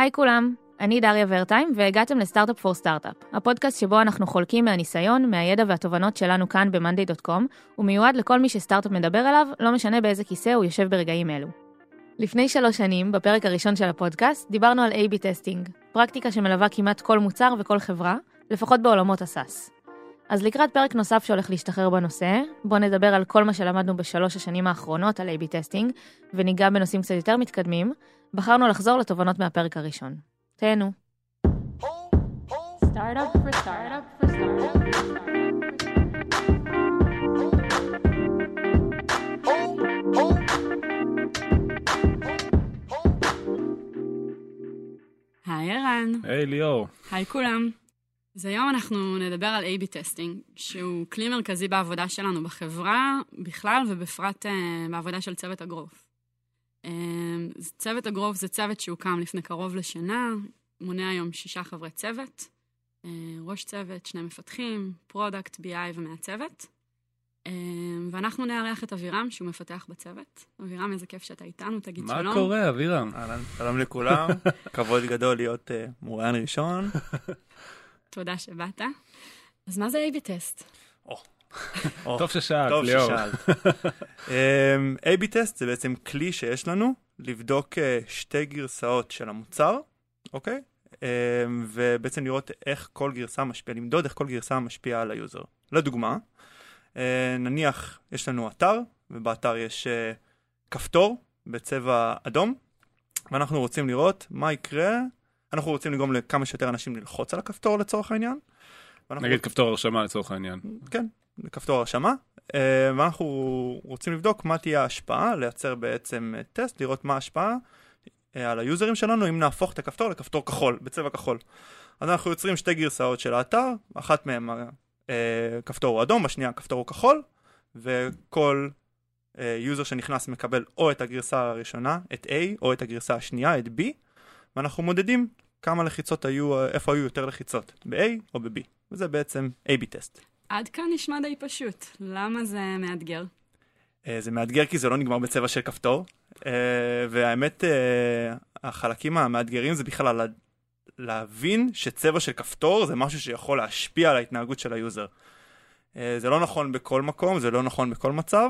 היי כולם, אני דריה ורטיים והגעתם לסטארט-אפ פור סטארט-אפ, הפודקאסט שבו אנחנו חולקים מהניסיון, מהידע והתובנות שלנו כאן ב-monday.com, ומיועד לכל מי שסטארט-אפ מדבר אליו, לא משנה באיזה כיסא הוא יושב ברגעים אלו. לפני 3 שנים, בפרק הראשון של הפודקאסט, דיברנו על A-B טסטינג, פרקטיקה שמלווה כמעט כל מוצר וכל חברה, לפחות בעולמות הסאס. אז לקראת פרק נוסף שהולך להשתחרר בנושא, בואו נדבר על כל מה שלמדנו ב3 השנים האחרונות על A-B טסטינג, וניגע בנושאים קצת יותר מתקדמים. בחרנו לחזור לתובנות מהפרק הראשון. תהנו. Startup for startup for startup. היי ערן. היי ליאור. היי כולם. אז היום אנחנו נדבר על A-B טסטינג, שהוא כלי מרכזי בעבודה שלנו בחברה, בכלל ובפרט בעבודה של צוות הגרוף. צוות הגרוף זה צוות שהוקם לפני קרוב לשנה, מונה היום 6 חברי צוות, ראש צוות, 2 מפתחים, פרודקט, BI ומעצבת. ואנחנו נארח את אבירם, שהוא מפתח בצוות. אבירם, איזה כיף שאתה איתנו, תגיד שלום. מה קורה, אבירם? שלום לכולם, כבוד גדול להיות מוראיין ראשון. תודה שבאת. אז מה זה A-B טסט? טוב ששאלת, ליאור. A-B טסט זה בעצם כלי שיש לנו לבדוק 2 גרסאות של המוצר, אוקיי? ובעצם לראות איך כל גרסה משפיעה, למדוד איך כל גרסה משפיעה על היוזר. לדוגמה, נניח יש לנו אתר, ובאתר יש כפתור בצבע אדום, ואנחנו רוצים לראות מה יקרה. אנחנו רוצים לגרום לכמה שיותר אנשים ללחוץ על הכפתור לצורך העניין. נגיד כפתור הרשמה לצורך העניין. כן, כפתור הרשמה. ואנחנו רוצים לבדוק מה תהיה ההשפעה, לייצר בעצם טסט, לראות מה ההשפעה על היוזרים שלנו, אם נהפוך את הכפתור לכפתור כחול, בצבע כחול. אז אנחנו יוצרים 2 גרסאות של האתר, אחת מהן הכפתור הוא אדום, השנייה הכפתור הוא כחול, וכל יוזר שנכנס מקבל או את הגרסה הראשונה, את A, או את הגרסה השנייה, את B, ואנחנו מודדים כמה לחיצות היו, איפה היו יותר לחיצות, ב-A או ב-B. וזה בעצם A-B טסט. עד כאן נשמע די פשוט. למה זה מאתגר? זה מאתגר כי זה לא נגמר בצבע של כפתור, והאמת, החלקים המאתגרים זה בכלל להבין שצבע של כפתור זה משהו שיכול להשפיע על ההתנהגות של היוזר. זה לא נכון בכל מקום, זה לא נכון בכל מצב,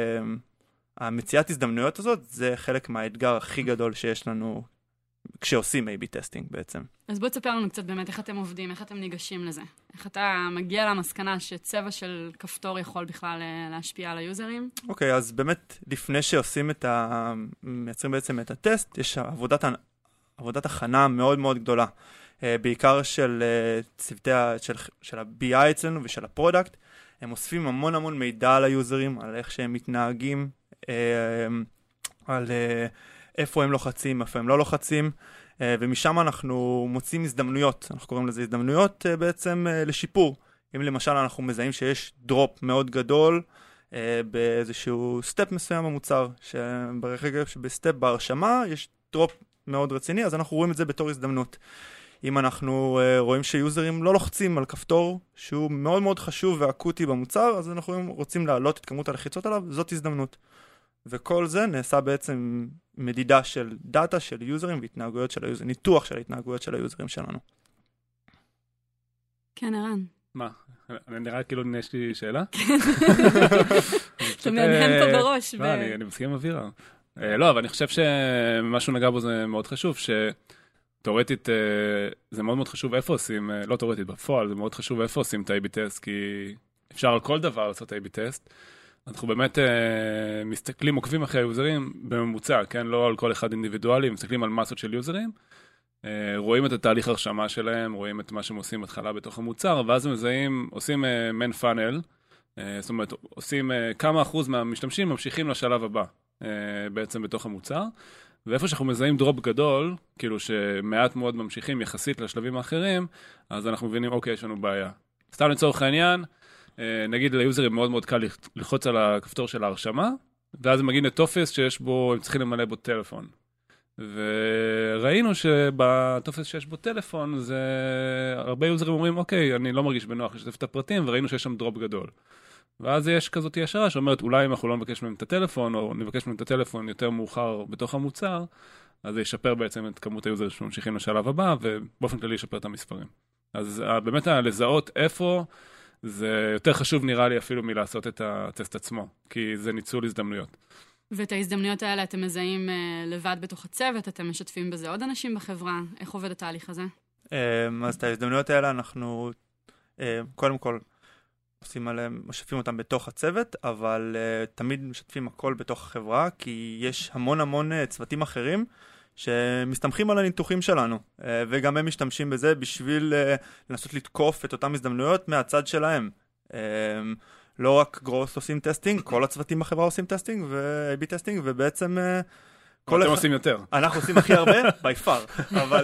והמציאת הזדמנויות הזאת זה חלק מהאתגר הכי גדול שיש לנו כשעושים A-B טסטינג בעצם. אז בוא תספר לנו קצת באמת איך אתם עובדים, איך אתם ניגשים לזה. איך אתה מגיע למסקנה שצבע של כפתור יכול בכלל להשפיע על היוזרים? אוקיי, אז באמת לפני שעושים מייצרים בעצם את הטסט, יש עבודת הכנה מאוד מאוד גדולה. בעיקר של צוותי של ה-BI אצלנו ושל הפרודקט. הם אוספים המון מידע על היוזרים, על איך שהם מתנהגים, על איפה הם לוחצים, איפה הם לא לוחצים, ומשם אנחנו מוצאים הזדמנויות, אנחנו קוראים לזה הזדמנויות בעצם לשיפור. אם למשל אנחנו מזהים שיש דרופ מאוד גדול באיזשהו סטפ מסוים במוצר, שבסטפ בהרשמה יש דרופ מאוד רציני, אז אנחנו רואים את זה בתור הזדמנות. אם אנחנו רואים שיוזרים לא לוחצים על כפתור שהוא מאוד מאוד חשוב ואקוטי במוצר, אז אנחנו רוצים להעלות את כמות הלחיצות עליו, זאת הזדמנות. וכל זה נעשה בעצם מדידה של דאטה של יוזרים והתנהגויות של היוזרים, ניתוח של ההתנהגויות של היוזרים שלנו. כן, ערן. מה? נראה כאילו יש לי שאלה? אתה מהנהן פה בראש. אני מסכים עם אווירה. לא, אבל אני חושב שמשהו נגע בו זה מאוד חשוב, שתאורטית זה מאוד מאוד חשוב איפה עושים, לא תאורטית, בפועל זה מאוד חשוב איפה עושים את ה-A-B טסט, כי אפשר על כל דבר לעשות A-B טסט. אנחנו באמת מסתכלים, עוקבים אחרי היוזרים בממוצע, כן? לא על כל אחד אינדיבידואלי, מסתכלים על מסות של יוזרים, רואים את התהליך הרשמה שלהם, רואים את מה שהם עושים בהתחלה בתוך המוצר, ואז מזהים, עושים מן פאנל, זאת אומרת, עושים כמה אחוז מהמשתמשים ממשיכים לשלב הבא, בעצם בתוך המוצר, ואיפה שאנחנו מזהים דרופ גדול, כאילו שמעט מאוד ממשיכים יחסית לשלבים האחרים, אז אנחנו מבינים, אוקיי, יש לנו בעיה. סתם לצורך העניין, נגיד ליוזרים מאוד מאוד קל ללחוץ על הכפתור של ההרשמה, ואז הם מגיעים לטופס שיש בו, הם צריכים למלא בו טלפון. וראינו שבטופס שיש בו טלפון, זה הרבה יוזרים אומרים, אוקיי, אני לא מרגיש בנוח לשתף את הפרטים, וראינו שיש שם דרופ גדול. ואז יש כזאת ישרה שאומרת, אולי אם אנחנו לא נבקש מהם את הטלפון, או נבקש מהם את הטלפון יותר מאוחר בתוך המוצר, אז זה ישפר בעצם את כמות היוזרים שממשיכים לשלב הבא, ובאופן כללי ישפר את המספרים. אז באמת לזהות איפה, זה יותר חשוב נראה לי אפילו מלעשות את הטסט עצמו, כי זה ניצול הזדמנויות. ואת ההזדמנויות האלה אתם מזהים לבד בתוך הצוות, אתם משתפים בזה עוד אנשים בחברה, איך עובד התהליך הזה? אז את ההזדמנויות האלה אנחנו קודם כל עושים עליהם, משתפים אותם בתוך הצוות, אבל תמיד משתפים הכל בתוך החברה, כי יש המון צוותים אחרים שמסתמכים על הניתוחים שלנו, וגם הם משתמשים בזה בשביל לנסות לתקוף את אותם הזדמנויות מהצד שלהם. לא רק גרוס עושים טסטינג, כל הצוותים בחברה עושים טסטינג ו-AB טסטינג, ובעצם אתם עושים יותר. אנחנו עושים הכי הרבה, by far.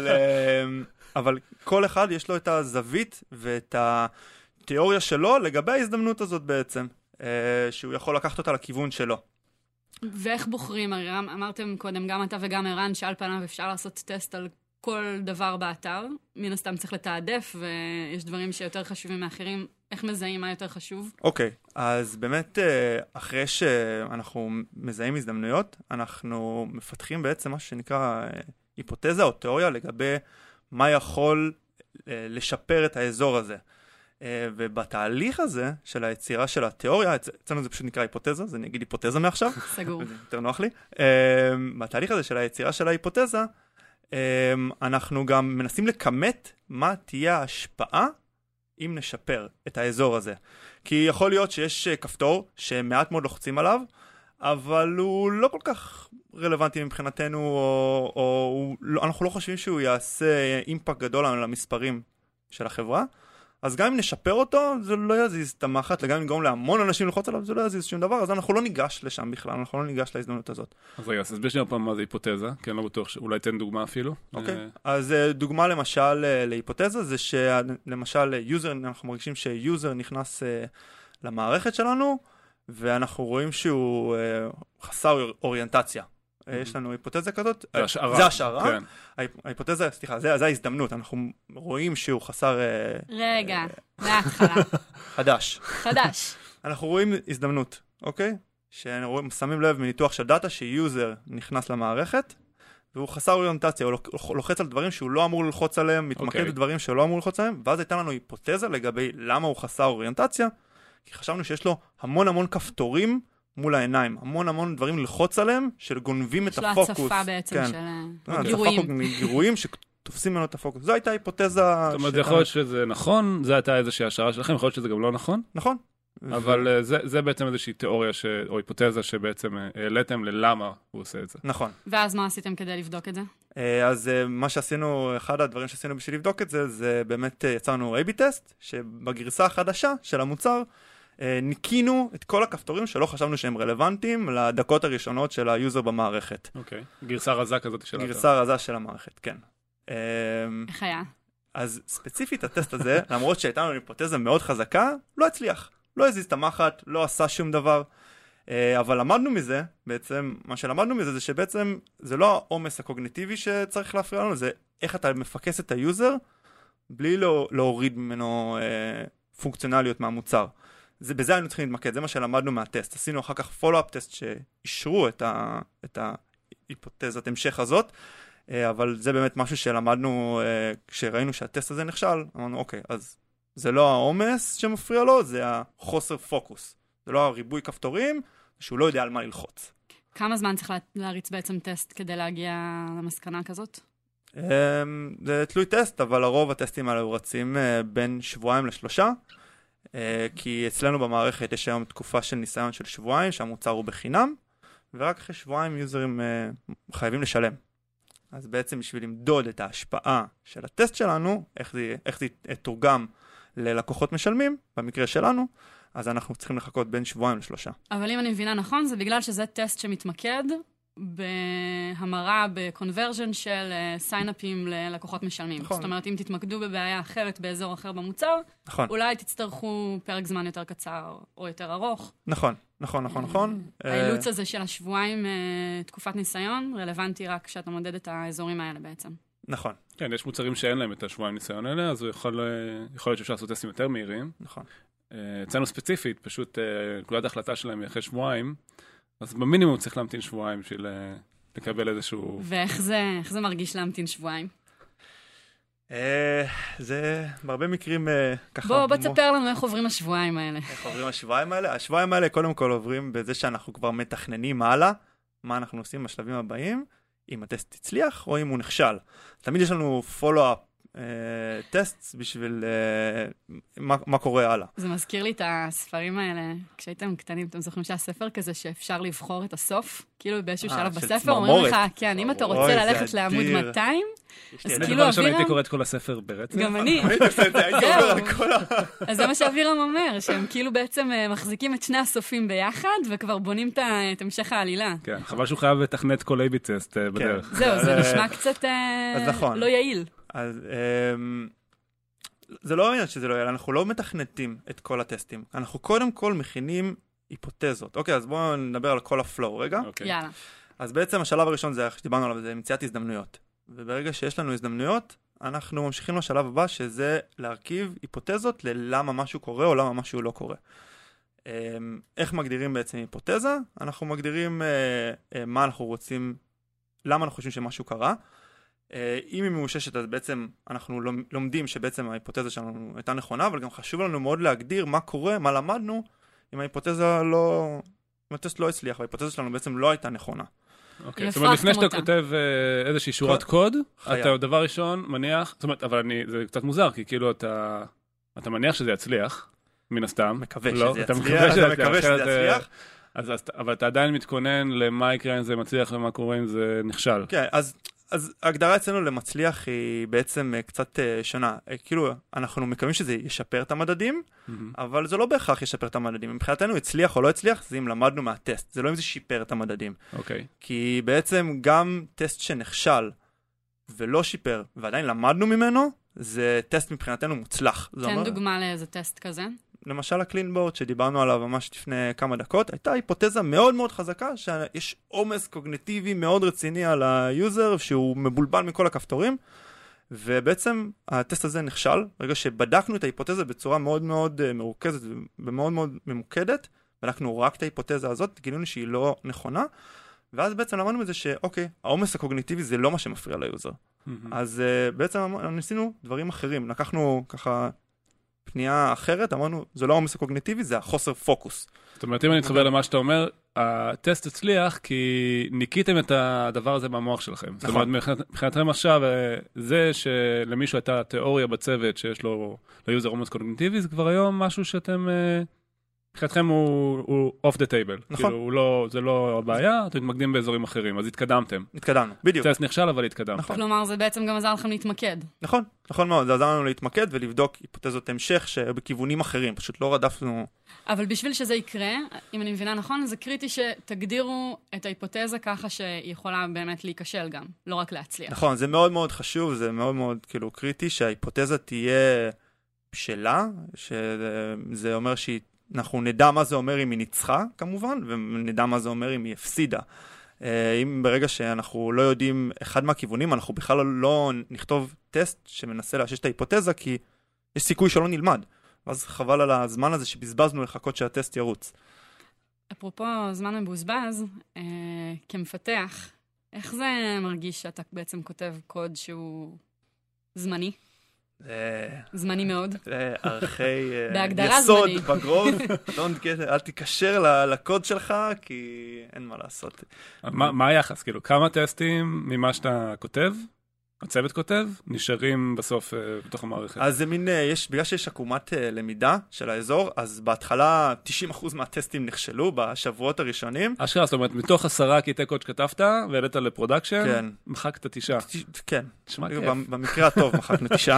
אבל כל אחד יש לו את הזווית ואת התיאוריה שלו לגבי ההזדמנות הזאת בעצם, שהוא יכול לקחת אותה לכיוון שלו. ואיך בוחרים? אמרתם קודם, גם אתה וגם ערן, שעל פניו אפשר לעשות טסט על כל דבר באתר. מן הסתם צריך לתעדף, ויש דברים שיותר חשובים מאחרים. איך מזהים מה יותר חשוב? אוקיי, אז באמת אחרי שאנחנו מזהים הזדמנויות, אנחנו מפתחים בעצם מה שנקרא היפותזה או תיאוריה לגבי מה יכול לשפר את האזור הזה. ובתהליך הזה של היצירה של התיאוריה, אצלנו זה פשוט נקרא היפותזה, אז אני אגיד היפותזה מעכשיו. סגור. זה יותר נוח לי. בתהליך הזה של היצירה של ההיפותזה, אנחנו גם מנסים לכמת מה תהיה ההשפעה אם נשפר את האזור הזה. כי יכול להיות שיש כפתור שמעט מאוד לוחצים עליו, אבל הוא לא כל כך רלוונטי מבחינתנו, או אנחנו לא חושבים שהוא יעשה אימפקט גדול על המספרים של החברה. אז גם אם נשפר אותו, זה לא יזיז את המחט, וגם אם נגרום להמון אנשים ללחוץ עליו, זה לא יזיז שום דבר, אז אנחנו לא ניגש לשם בכלל, אנחנו לא ניגש להזדמנות הזאת. אז רגע, אז בשביל פעם מה זה היפותזה, כי אני לא בטוח שאולי תן דוגמה אפילו. אוקיי, אז דוגמה למשל להיפותזה, זה שלמשל יוזר, אנחנו מרגישים שיוזר נכנס למערכת שלנו, ואנחנו רואים שהוא חסר אוריינטציה. יש לנו היפותזה כזאת. זה השערה. זה השערה. כן. ההיפותזה, סליחה, זה ההזדמנות. אנחנו רואים שהוא חסר... רגע, מההתחלה. חדש. אנחנו רואים הזדמנות, אוקיי? ששמים לב מניתוח של דאטה שיוזר נכנס למערכת, והוא חסר אוריינטציה, הוא לוחץ על דברים שהוא לא אמור ללחוץ עליהם, מתמקד בדברים שהוא לא אמור ללחוץ עליהם, ואז הייתה לנו היפותזה לגבי למה הוא חסר אוריינטציה, כי חשבנו שיש לו המון כפתורים מול העיניים, המון דברים ללחוץ עליהם, שגונבים את הפוקוס. יש לו הצפה בעצם כן. של גירויים. גירויים שתופסים ממנו את הפוקוס. זו הייתה היפותזה... זאת אומרת, יכול להיות שזה נכון, זו הייתה איזושהי השערה שלכם, יכול להיות שזה גם לא נכון. נכון. אבל זה בעצם איזושהי תיאוריה או היפותזה שבעצם העליתם ללמה הוא עושה את זה. נכון. ואז מה עשיתם כדי לבדוק את זה? אז מה שעשינו, אחד הדברים שעשינו בשביל לבדוק את זה, זה באמת יצרנו A/B טסט, שבגרסה החדשה של המוצר, ניקינו את כל הכפתורים שלא חשבנו שהם רלוונטיים לדקות הראשונות של היוזר במערכת. אוקיי. גרסה רזה כזאת של האתר. גרסה רזה של המערכת, כן. איך היה? אז ספציפית הטסט הזה, למרות שהייתה לנו היפותזה מאוד חזקה, לא הצליח. לא הזיז את המחט, לא עשה שום דבר. אבל למדנו מזה, בעצם, מה שלמדנו מזה זה שבעצם זה לא העומס הקוגניטיבי שצריך להפריע לנו, זה איך אתה מפקס את היוזר בלי להוריד ממנו פונקציונליות מהמוצר. בזה היינו צריכים להתמקד, זה מה שלמדנו מהטסט. עשינו אחר כך פולו-אפ טסט שאישרו את ההיפותזת המשך הזאת, אבל זה באמת משהו שלמדנו כשראינו שהטסט הזה נכשל, אמרנו אוקיי, אז זה לא העומס שמפריע לו, זה החוסר פוקוס. זה לא הריבוי כפתורים, שהוא לא יודע על מה ללחוץ. כמה זמן צריך להריץ בעצם טסט כדי להגיע למסקנה כזאת? זה תלוי טסט, אבל לרוב הטסטים האלה רצים בין 2 ל3, כי אצלנו במערכת יש היום תקופה של ניסיון של 2, שהמוצר הוא בחינם, ורק אחרי 2 יוזרים חייבים לשלם. אז בעצם בשביל למדוד את ההשפעה של הטסט שלנו, איך זה תורגם ללקוחות משלמים, במקרה שלנו, אז אנחנו צריכים לחכות בין 2 ל3. אבל אם אני מבינה נכון, זה בגלל שזה טסט שמתמקד בהמרה, בקונברז'ן של סיינאפים ללקוחות משלמים. נכון. זאת אומרת, אם תתמקדו בבעיה אחרת באזור אחר במוצר, נכון. אולי תצטרכו פרק זמן יותר קצר או יותר ארוך. נכון. האילוץ הזה של 2 תקופת ניסיון, רלוונטי רק כשאתה מודד את האזורים האלה בעצם. נכון. כן, יש מוצרים שאין להם את 2 ניסיון האלה, אז הוא יכול להיות שאפשר לעשות טסטים יותר מהירים. נכון. אצלנו ספציפית, פשוט נקודת ההחלטה שלהם היא אחרי 2, אז במינימום צריך להמתין 2 בשביל לקבל איזשהו... ואיך זה מרגיש להמתין שבועיים? זה בהרבה מקרים ככה... בוא תספר לנו איך עוברים השבועיים האלה. איך עוברים השבועיים האלה? השבועיים האלה קודם כל עוברים בזה שאנחנו כבר מתכננים הלאה, מה אנחנו עושים בשלבים הבאים, אם הטסט הצליח או אם הוא נכשל. תמיד יש לנו פולו-אפ טסט בשביל מה קורה הלאה. זה מזכיר לי את הספרים האלה, כשהייתם קטנים, אתם זוכרים שהספר כזה שאפשר לבחור את הסוף? כאילו באיזשהו שלב בספר אומרים לך, כן, אם אתה רוצה ללכת לעמוד 200, אז כאילו אווירם... הייתי קורא את כל הספר ברצף. גם אני. אז זה מה שאווירם אומר, שהם כאילו בעצם מחזיקים את שני הסופים ביחד, וכבר בונים את המשך העלילה. כן, חבל שהוא חייב לתכנת כל A/B טסט בדרך. זהו, זה נשמע קצת לא יעיל. אז זה לא עניין שזה לא יעיל, אנחנו לא מתכנתים את כל הטסטים. אנחנו קודם כל מכינים היפותזות. אוקיי, אז בואו נדבר על כל הפלואו רגע. יאללה. אז בעצם השלב הראשון זה, שדיברנו עליו, זה מציאת הזדמנויות. וברגע שיש לנו הזדמנויות, אנחנו ממשיכים לשלב הבא, שזה להרכיב היפותזות ללמה משהו קורה או למה משהו לא קורה. איך מגדירים בעצם היפותזה? אנחנו מגדירים מה אנחנו רוצים, למה אנחנו חושבים שמשהו קרה. אם היא מאוששת, אז בעצם אנחנו לומדים שבעצם ההיפותזה שלנו הייתה נכונה, אבל גם חשוב לנו מאוד להגדיר מה קורה, מה למדנו, אם ההיפותזה לא, אם הטסט לא הצליח, וההיפותזה שלנו בעצם לא הייתה נכונה. אוקיי, זאת אומרת, לפני שאתה כותב איזושהי שורת קוד, אתה דבר ראשון מניח, זאת אומרת, אבל זה קצת מוזר, כי כאילו אתה מניח שזה יצליח, מן הסתם. מקווה שזה יצליח. אבל אתה עדיין מתכונן למה יקרה אם זה מצליח ומה קורה אם זה נכשל. כן, אז ההגדרה אצלנו למצליח היא בעצם קצת שונה. כאילו, אנחנו מקווים שזה ישפר את המדדים, אבל זה לא בהכרח ישפר את המדדים. מבחינתנו, הצליח או לא הצליח, זה אם למדנו מהטסט. זה לא אם זה שיפר את המדדים. אוקיי. כי בעצם גם טסט שנכשל ולא שיפר, ועדיין למדנו ממנו, זה טסט מבחינתנו מוצלח. תן דוגמה לאיזה טסט כזה. למשל הקלינבורד שדיברנו עליו ממש לפני כמה דקות, הייתה היפותזה מאוד מאוד חזקה, שיש עומס קוגניטיבי מאוד רציני על היוזר, שהוא מבולבל מכל הכפתורים, ובעצם הטסט הזה נכשל, ברגע שבדקנו את ההיפותזה בצורה מאוד מאוד מרוכזת ומאוד מאוד ממוקדת, בדקנו רק את ההיפותזה הזאת, גילינו שהיא לא נכונה, ואז בעצם למדנו את זה שאוקיי, העומס הקוגניטיבי זה לא מה שמפריע ליוזר. אז בעצם ניסינו דברים אחרים, לקחנו ככה פנייה אחרת, אמרנו, זה לא העומס הקוגניטיבי, זה החוסר פוקוס. זאת אומרת, אם אני מתחבר למה שאתה אומר, הטסט הצליח כי ניקיתם את הדבר הזה מהמוח שלכם. זאת אומרת, מבחינתכם עכשיו, זה שלמישהו הייתה תיאוריה בצוות שיש לו ליוזר עומס קוגניטיבי, זה כבר היום משהו שאתם... מבחינתכם הוא off the table. נכון. כאילו, זה לא הבעיה, אתם מתמקדים באזורים אחרים, אז התקדמתם. התקדמנו, בדיוק. טסט נכשל, אבל התקדמתם. נכון. כלומר, זה בעצם גם עזר לכם להתמקד. נכון, נכון מאוד. זה עזר לנו להתמקד ולבדוק היפותזות המשך שבכיוונים אחרים, פשוט לא רדפנו... אבל בשביל שזה יקרה, אם אני מבינה נכון, זה קריטי שתגדירו את ההיפותזה ככה שהיא יכולה באמת להיכשל גם, לא רק להצליח. נכון, זה מאוד מאוד חשוב, זה מאוד מאוד כאילו קריטי שההיפותזה תהיה בשלה, שזה אומר אנחנו נדע מה זה אומר אם היא ניצחה, כמובן, ונדע מה זה אומר אם היא הפסידה. אם ברגע שאנחנו לא יודעים אחד מהכיוונים, אנחנו בכלל לא נכתוב טסט שמנסה לאשש את ההיפותזה, כי יש סיכוי שלא נלמד. ואז חבל על הזמן הזה שבזבזנו לחכות שהטסט ירוץ. אפרופו זמן מבוזבז, כמפתח, איך זה מרגיש שאתה בעצם כותב קוד שהוא זמני? זמני מאוד. ערכי יסוד בגרוב. אל תיקשר לקוד שלך, כי אין מה לעשות. מה היחס? כאילו, כמה טסטים ממה שאתה כותב, הצוות כותב, נשארים בסוף בתוך המערכת? אז זה מין, בגלל שיש עקומת למידה של האזור, אז בהתחלה 90% מהטסטים נכשלו בשבועות הראשונים. אשכרה, זאת אומרת, מתוך 10 קטעי קוד שכתבת, והעלית לפרודקשן, מחקת 9. כן. נשמע כיף. במקרה הטוב מחקנו 9.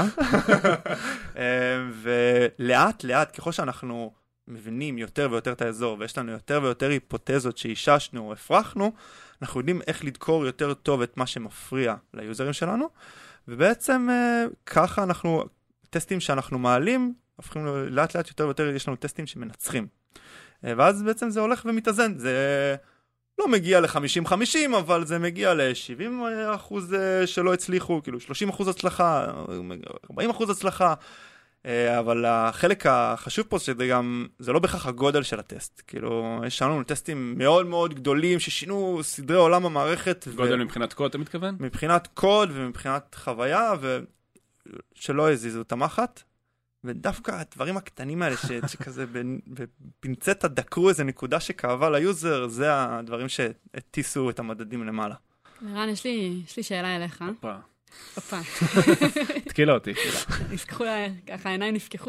ולאט לאט, ככל שאנחנו מבינים יותר ויותר את האזור, ויש לנו יותר ויותר היפותזות שאיששנו או הפרחנו, אנחנו יודעים איך לדקור יותר טוב את מה שמפריע ליוזרים שלנו, ובעצם ככה אנחנו, טסטים שאנחנו מעלים, הופכים לאט לאט יותר ויותר, יש לנו טסטים שמנצחים. ואז בעצם זה הולך ומתאזן, זה לא מגיע ל-50-50, אבל זה מגיע ל-70% שלא הצליחו, כאילו 30% הצלחה, 40% הצלחה, אבל החלק החשוב פה שזה גם, זה לא בכך הגודל של הטסט. כאילו, יש לנו טסטים מאוד מאוד גדולים ששינו סדרי עולם המערכת. גודל מבחינת קוד, אתה מתכוון? מבחינת קוד ומבחינת חוויה, ושלא הזיזו את המחט. ודווקא הדברים הקטנים האלה שכזה בפינצטה דקרו איזה נקודה שכאבה ליוזר, זה הדברים שהטיסו את המדדים למעלה. לירן, יש לי שאלה אליך. הופה. תקילה אותי. נפקחו, ככה העיניים נפקחו.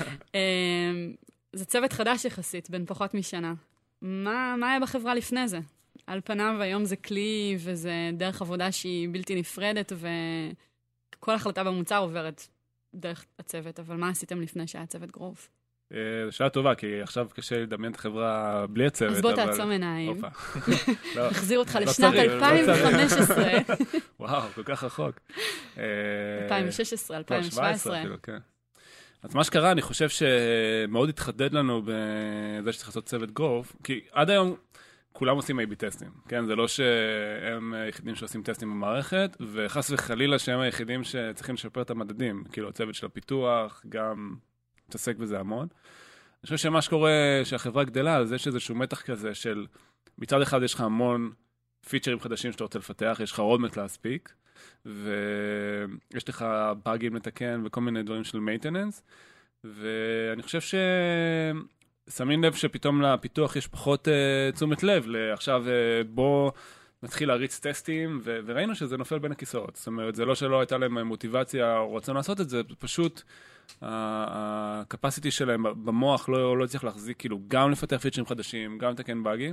זה צוות חדש יחסית, בין פחות משנה. מה היה בחברה לפני זה? על פניו היום זה כלי וזה דרך עבודה שהיא בלתי נפרדת, וכל החלטה במוצר עוברת דרך הצוות, אבל מה עשיתם לפני שהיה צוות גרוף? זו שאלה טובה, כי עכשיו קשה לדמיין את החברה בלי הצוות. אז בוא תעצום עיניים. תחזיר אותך לא לשנת צריך, 2015. וואו, כל כך רחוק. 2016, 2017. אפילו, כן. אז מה שקרה, אני חושב שמאוד התחדד לנו בזה שצריך לעשות צוות גרוף, כי עד היום כולם עושים A/B טסטים, כן? זה לא שהם היחידים שעושים טסטים במערכת, וחס וחלילה שהם היחידים שצריכים לשפר את המדדים, כאילו הצוות של הפיתוח, גם מתעסק בזה המון. אני חושב שמה שקורה, שהחברה גדלה, אז יש איזשהו מתח כזה של, מצד אחד יש לך המון פיצ'רים חדשים שאתה רוצה לפתח, יש לך רודמפ להספיק, ויש לך באגים לתקן וכל מיני דברים של maintenance, ואני חושב ששמים לב שפתאום לפיתוח יש פחות תשומת לב, עכשיו בוא נתחיל להריץ טסטים, וראינו שזה נופל בין הכיסאות. זאת אומרת, זה לא שלא הייתה להם מוטיבציה או רצון לעשות את זה, פשוט הקפסיטי שלהם במוח לא צריך להחזיק, כאילו, גם לפתח פיצ'רים חדשים, גם לתקן באגים.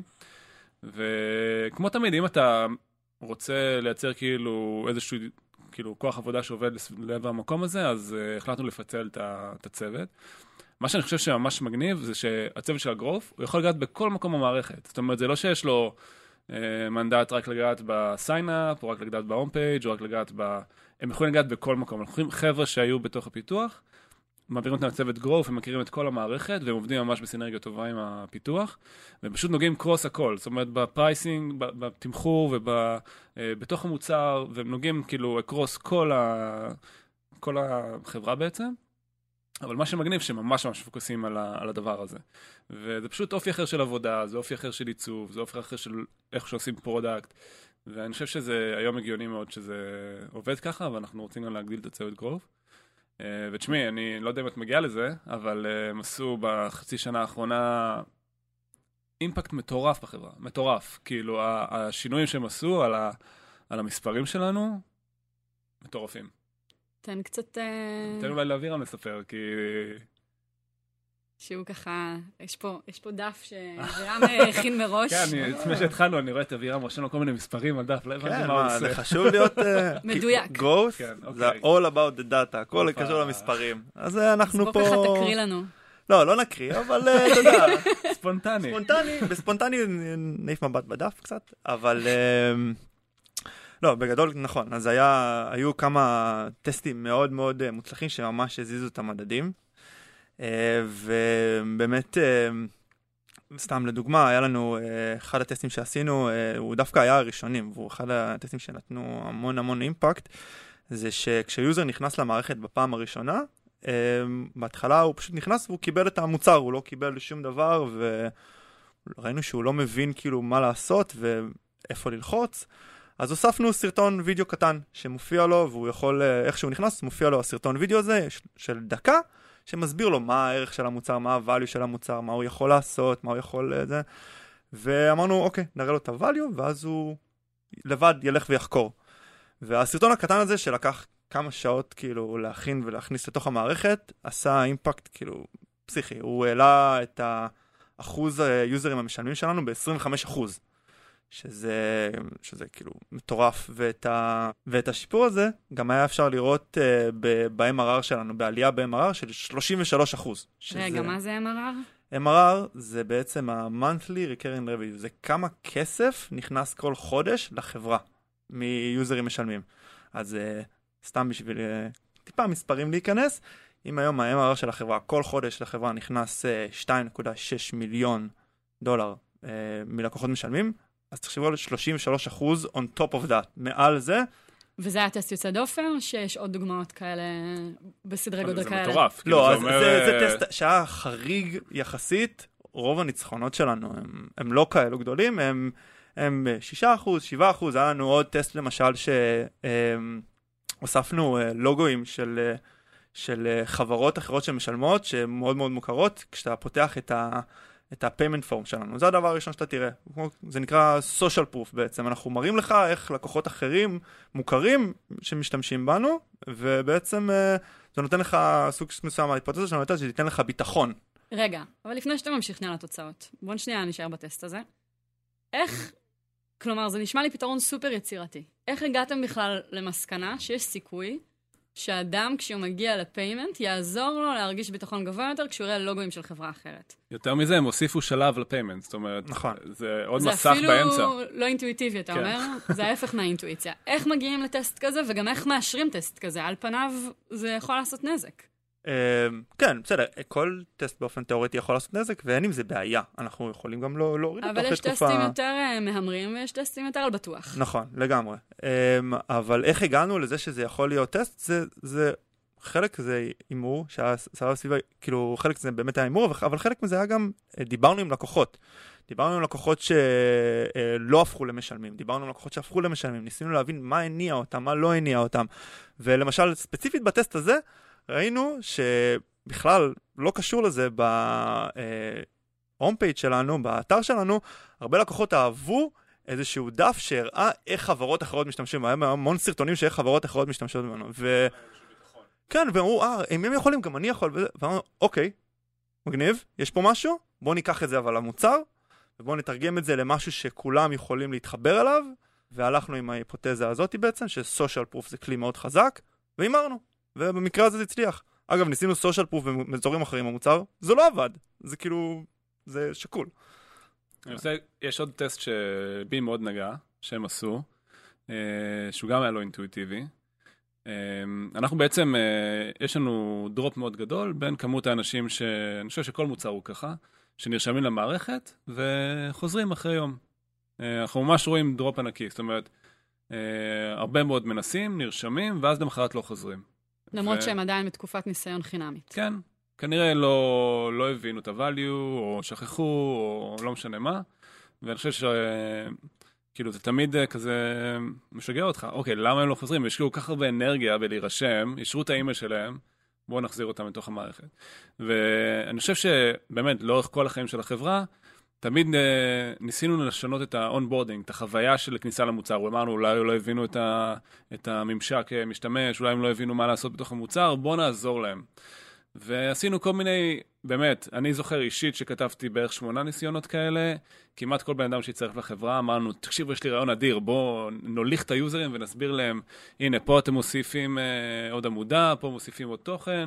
וכמו תמיד, אם אתה רוצה לייצר כאילו איזשהו כאילו כוח עבודה שעובד לעבר המקום הזה, אז החלטנו לפצל את הצוות. מה שאני חושב שממש מגניב זה שהצוות של הגרוף, הוא יכול לגעת בכל מקום במערכת. זאת אומרת, זה לא שיש לו מנדט רק לגעת בסיינאפ, או רק לגעת בהום פייג', או רק לגעת הם יכולים לגעת בכל מקום. אנחנו יכולים חבר'ה שהיו בתוך הפיתוח, מעבירים אותם לצוות גרוף, הם מכירים את כל המערכת, והם עובדים ממש בסינרגיה טובה עם הפיתוח, והם פשוט נוגעים קרוס הכל, זאת אומרת, בפרייסינג, בתמחור ובתוך המוצר, והם נוגעים כאילו קרוס כל החברה בעצם, אבל מה שמגניב שממש ממש פוקוסים על הדבר הזה. וזה פשוט אופי אחר של עבודה, זה אופי אחר של עיצוב, זה אופי אחר של איך שעושים פרודקט, ואני חושב שזה היום הגיוני מאוד שזה עובד ככה, ואנחנו רוצים גם להגדיל את הצוות גרוף. ותשמעי, אני לא יודע אם את מגיעה לזה, אבל הם עשו בחצי שנה האחרונה אימפקט מטורף בחברה, מטורף. כאילו, השינויים שהם עשו על המספרים שלנו, מטורפים. תן קצת... תן אולי לאווירם לספר, כי... שהוא ככה, יש פה דף שאווירם הכין מראש. כן, לפני שהתחלנו, אני רואה את אווירם רשם לו כל מיני מספרים על דף, לא הבנתי מה הוא עושה. זה חשוב להיות... מדויק. גרוף, זה all about the data, הכל קשור למספרים. אז אנחנו פה... אז בוא ככה תקריא לנו. לא נקריא, אבל אתה יודע. ספונטני. בספונטני נעיף מבט בדף קצת, אבל... לא, בגדול נכון. אז היו כמה טסטים מאוד מאוד מוצלחים שממש הזיזו את המדדים. ובאמת, סתם לדוגמה, היה לנו אחד הטסטים שעשינו, הוא דווקא היה הראשונים, והוא אחד הטסטים שנתנו המון אימפקט, זה שכשיוזר נכנס למערכת בפעם הראשונה, בהתחלה הוא פשוט נכנס והוא קיבל את המוצר, הוא לא קיבל שום דבר, וראינו שהוא לא מבין כאילו מה לעשות ואיפה ללחוץ, אז הוספנו סרטון וידאו קטן שמופיע לו, והוא יכול, איך שהוא נכנס, מופיע לו הסרטון וידאו הזה של דקה, שמסביר לו מה הערך של המוצר, מה הvalue של המוצר, מה הוא יכול לעשות, מה הוא יכול זה. ואמרנו, אוקיי, נראה לו את הvalue, ואז הוא לבד ילך ויחקור. והסרטון הקטן הזה שלקח כמה שעות כאילו להכין ולהכניס לתוך המערכת, עשה אימפקט כאילו פסיכי. הוא העלה את האחוז היוזרים המשלמים שלנו ב-25%. שזה כאילו מטורף, ואת השיפור הזה גם היה אפשר לראות ב-MRR שלנו, בעלייה ב-MRR של 33%. רגע, מה זה MRR? MRR זה בעצם ה-monthly recurring revenue, זה כמה כסף נכנס כל חודש לחברה מיוזרים משלמים. אז סתם בשביל טיפה מספרים להיכנס, אם היום ה-MRR של החברה, כל חודש לחברה נכנס $2.6 מיליון מלקוחות משלמים, אז תחשבו על 33% on top of that. מעל זה, וזה היה טסט יוצא דופן, שיש עוד דוגמאות כאלה בסדרי גודל כאלה? זה מטורף. לא, זה טסט שהיה חריג יחסית, רוב הניצחונות שלנו הם לא כאלו גדולים, הם 6%, 7%, היה לנו עוד טסט למשל שהוספנו לוגוים של חברות אחרות שמשלמות, שהן מאוד מאוד מוכרות, כשאתה פותח את ה-payment form שלנו. זה הדבר הראשון שאתה תראה. זה נקרא social proof בעצם. אנחנו מראים לך איך לקוחות אחרים מוכרים שמשתמשים בנו, ובעצם זה נותן לך סוג מסוים מההיפותזה שלנו, שזה ייתן לך ביטחון. רגע, אבל לפני שאתה ממשיך לתוצאות, בוא שנייה נשאר בטסט הזה. איך, כלומר, זה נשמע לי פתרון סופר יצירתי. איך הגעתם בכלל למסקנה שיש סיכוי שאדם, כשהוא מגיע לפיימנט, יעזור לו להרגיש ביטחון גבוה יותר כשהוא יראה לוגוים של חברה אחרת? יותר מזה, הם הוסיפו שלב לפיימנט, זאת אומרת, נכון. זה עוד מסך באמצע. זה אפילו לא אינטואיטיבי, אתה אומר? זה ההפך מהאינטואיציה. איך מגיעים לטסט כזה, וגם איך מאשרים טסט כזה? על פניו זה יכול לעשות נזק. כן, בסדר, כל טסט באופן תיאורטי יכול לעשות נזק, ואין עם זה בעיה. אנחנו יכולים גם להוריד אותו אחרי תקופה. אבל יש טסטים יותר מהמרים, ויש טסטים יותר על בטוח. נכון, לגמרי. אבל איך הגענו לזה שזה יכול להיות טסט? זה חלק זה אימור, שהסבב סביבה, כאילו חלק זה באמת היה אימור, אבל חלק מזה היה גם, דיברנו עם לקוחות. דיברנו עם לקוחות שלא הפכו למשלמים, דיברנו עם לקוחות שהפכו למשלמים, ניסינו להבין מה הניע אותם, מה לא הניע אותם. ולמשל, ספציפית בטסט הזה, ראינו שבכלל לא קשור לזה בהום פייג' שלנו, באתר שלנו, הרבה לקוחות אהבו איזשהו דף שהראה איך חברות אחרות משתמשים, היה המון סרטונים שאיך חברות אחרות משתמשות בנו. כן, ואמרו, אם הם יכולים, גם אני יכול, ואמרנו, אוקיי, מגניב, יש פה משהו, בואו ניקח את זה אבל למוצר, ובואו נתרגם את זה למשהו שכולם יכולים להתחבר אליו, והלכנו עם ההיפותזה הזאת בעצם, שסושיאל פרוף זה כלי מאוד חזק, והימרנו. ובמקרה הזה זה הצליח. אגב, ניסינו סושיאל פרוף במזורים אחרים במוצר, זה לא עבד. זה כאילו, זה שקול. יש עוד טסט שבי מאוד נגע, שהם עשו, שהוא גם היה לא אינטואיטיבי. אנחנו בעצם, יש לנו דרופ מאוד גדול בין כמות האנשים אני חושב שכל מוצר הוא ככה, שנרשמים למערכת וחוזרים אחרי יום. אנחנו ממש רואים דרופ ענקי, זאת אומרת, הרבה מאוד מנסים, נרשמים, ואז למחרת לא חוזרים. למרות שהם עדיין בתקופת ניסיון חינמית. כן, כנראה לא הבינו את ה-value, או שכחו, או לא משנה מה, ואני חושב כאילו זה תמיד כזה משגע אותך. אוקיי, למה הם לא חוזרים? יש כאילו כך הרבה אנרגיה בלהירשם, ישרו את האימייל שלהם, בואו נחזיר אותם לתוך המערכת. ואני חושב שבאמת, לאורך כל החיים של החברה, תמיד ניסינו לשנות את ה-onboarding, את החוויה של כניסה למוצר. אמרנו, אולי לא הבינו את הממשק משתמש, אולי הם לא הבינו מה לעשות בתוך המוצר, בואו נעזור להם. ועשינו כל מיני, באמת, אני זוכר אישית שכתבתי בערך 8 ניסיונות כאלה, כמעט כל בן אדם שיצטרף לחברה, אמרנו, תקשיבו, יש לי רעיון אדיר, בואו נוליך את היוזרים ונסביר להם, הנה, פה אתם מוסיפים עוד עמודה, פה מוסיפים עוד תוכן,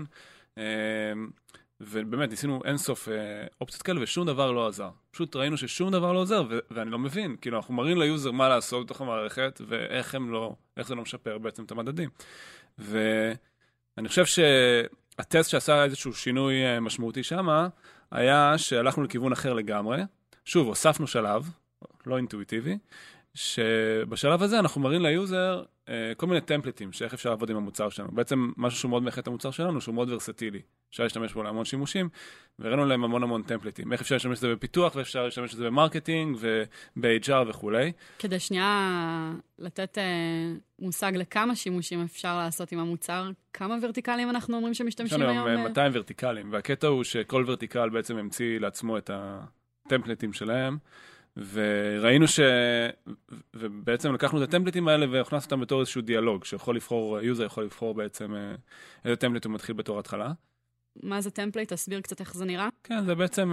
ובאמת ניסינו אינסוף אופציות כאלה, ושום דבר לא עזר. פשוט ראינו ששום דבר לא עוזר, ואני לא מבין, כאילו אנחנו מראים ליוזר מה לעשות בתוך המערכת, ואיך זה לא משפר בעצם את המדדים. ואני חושב שהטסט שעשה איזשהו שינוי משמעותי שמה, היה שהלכנו לכיוון אחר לגמרי. שוב, הוספנו שלב, לא אינטואיטיבי, שבשלב הזה אנחנו מראים ליוזר כל מיני טמפלטים, שאיך אפשר לעבוד עם המוצר שלנו. בעצם משהו שהוא מאוד מאחד את המוצר שלנו, שהוא מאוד ורסטילי. אפשר להשתמש בו להמון שימושים, וראינו להם המון טמפלטים. איך אפשר להשתמש בזה בפיתוח, ואיך אפשר להשתמש בזה במרקטינג, וב-HR וכולי. כדי שנייה לתת מושג לכמה שימושים אפשר לעשות עם המוצר, כמה ורטיקלים אנחנו אומרים שמשתמשים היום? 200 ורטיקלים, והקטע הוא שכל ורטיקל בעצם המציא לעצמו את הטמפלטים שלהם, וראינו ובעצם לקחנו את הטמפלטים האלה והכנסנו אותם בתור איזשהו דיאלוג, יוזר יכול לבחור בעצם איזה טמפלט הוא מתחיל בתור התחלה. מה זה טמפלט? תסביר קצת איך זה נראה. כן, זה בעצם,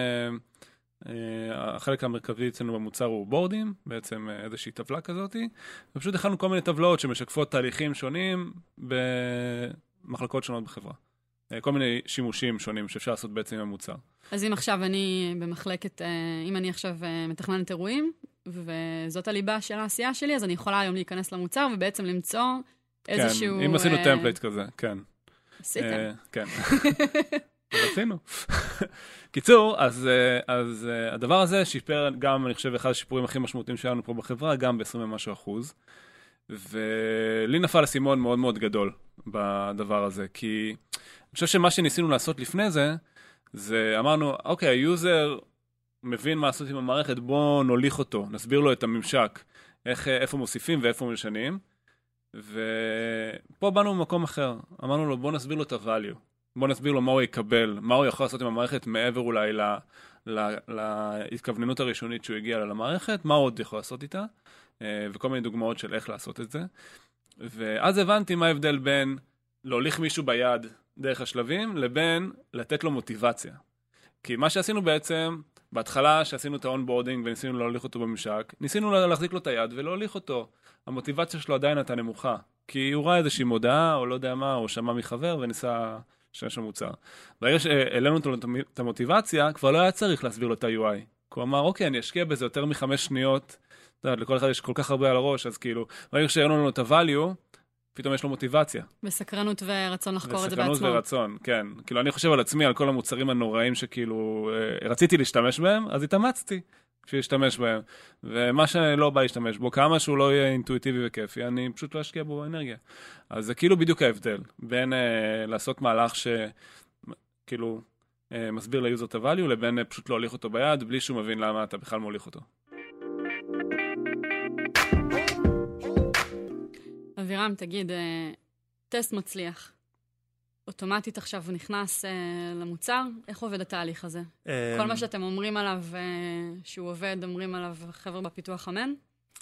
החלק המרכזי אצלנו במוצר הוא בורדים, בעצם איזושהי טבלה כזאת, ופשוט הכנו כל מיני טבלאות שמשקפות תהליכים שונים במחלקות שונות בחברה. כל מיני שימושים שונים שאפשר לעשות בעצם עם המוצר. אז אם עכשיו אני במחלקת, אם אני עכשיו מתכננת אירועים, וזאת הליבה של העשייה שלי, אז אני יכולה היום להיכנס למוצר ובעצם למצוא איזשהו... כן, אם עשינו טמפלייט כזה, כן. עשיתם. כן. עשינו. קיצור, אז הדבר הזה שיפר גם, אני חושב, אחד השיפורים הכי משמעותיים שלנו פה בחברה, גם ב-20% ומשהו. ולי נפל הסימון מאוד מאוד גדול בדבר הזה, כי אני חושב שמה שניסינו לעשות לפני זה אמרנו, אוקיי, היוזר מבין מה לעשות עם המערכת, בואו נוליך אותו, נסביר לו את הממשק, איפה מוסיפים ואיפה משנים, ופה באנו במקום אחר, אמרנו לו, בואו נסביר לו את ה-value, בואו נסביר לו מה הוא יקבל, מה הוא יכול לעשות עם המערכת מעבר אולי להתכווננות הראשונית שהוא הגיע למערכת, מה הוא עוד יכול לעשות איתה, וכל מיני דוגמאות של איך לעשות את זה. ואז הבנתי מה ההבדל בין להוליך מישהו ביד דרך השלבים, לבין לתת לו מוטיבציה. כי מה שעשינו בעצם, בהתחלה שעשינו את האונבורדינג וניסינו להוליך אותו בממשק, ניסינו להחזיק לו את היד ולהוליך אותו. המוטיבציה שלו עדיין הייתה נמוכה, כי הוא ראה איזושהי מודעה, או לא יודע מה, או שמע מחבר וניסה שיש לו מוצר. ברגע שהעלינו אותו את המוטיבציה, כבר לא היה צריך להסביר לו את ה-UI. כי הוא אמר, אוקיי, אני אשקיע בזה יותר מ5 שניות, לכל אחד יש כל כך הרבה על הראש, אז כאילו, ברגע שהעלינו לנו את ה-value, פתאום יש לו מוטיבציה. בסקרנות ורצון לחקור את זה בעצמו. בסקרנות ורצון, כן. כאילו, אני חושב על עצמי, על כל המוצרים הנוראים שכאילו, רציתי להשתמש בהם, אז התאמצתי בשביל להשתמש בהם. ומה שלא בא להשתמש בו, כמה שהוא לא יהיה אינטואיטיבי וכיפי, אני פשוט לא אשקיע בו אנרגיה. אז זה כאילו בדיוק ההבדל, בין לעשות מהלך שכאילו מסביר ליוזר את ה-value, לבין פשוט להוליך אותו ביד, בלי שהוא מבין למה אתה בכלל מוליך אותו. אבירם, תגיד, טסט מצליח. אוטומטית עכשיו נכנס למוצר, איך עובד התהליך הזה? כל מה שאתם אומרים עליו שהוא עובד, אומרים עליו חבר'ה בפיתוח אמן?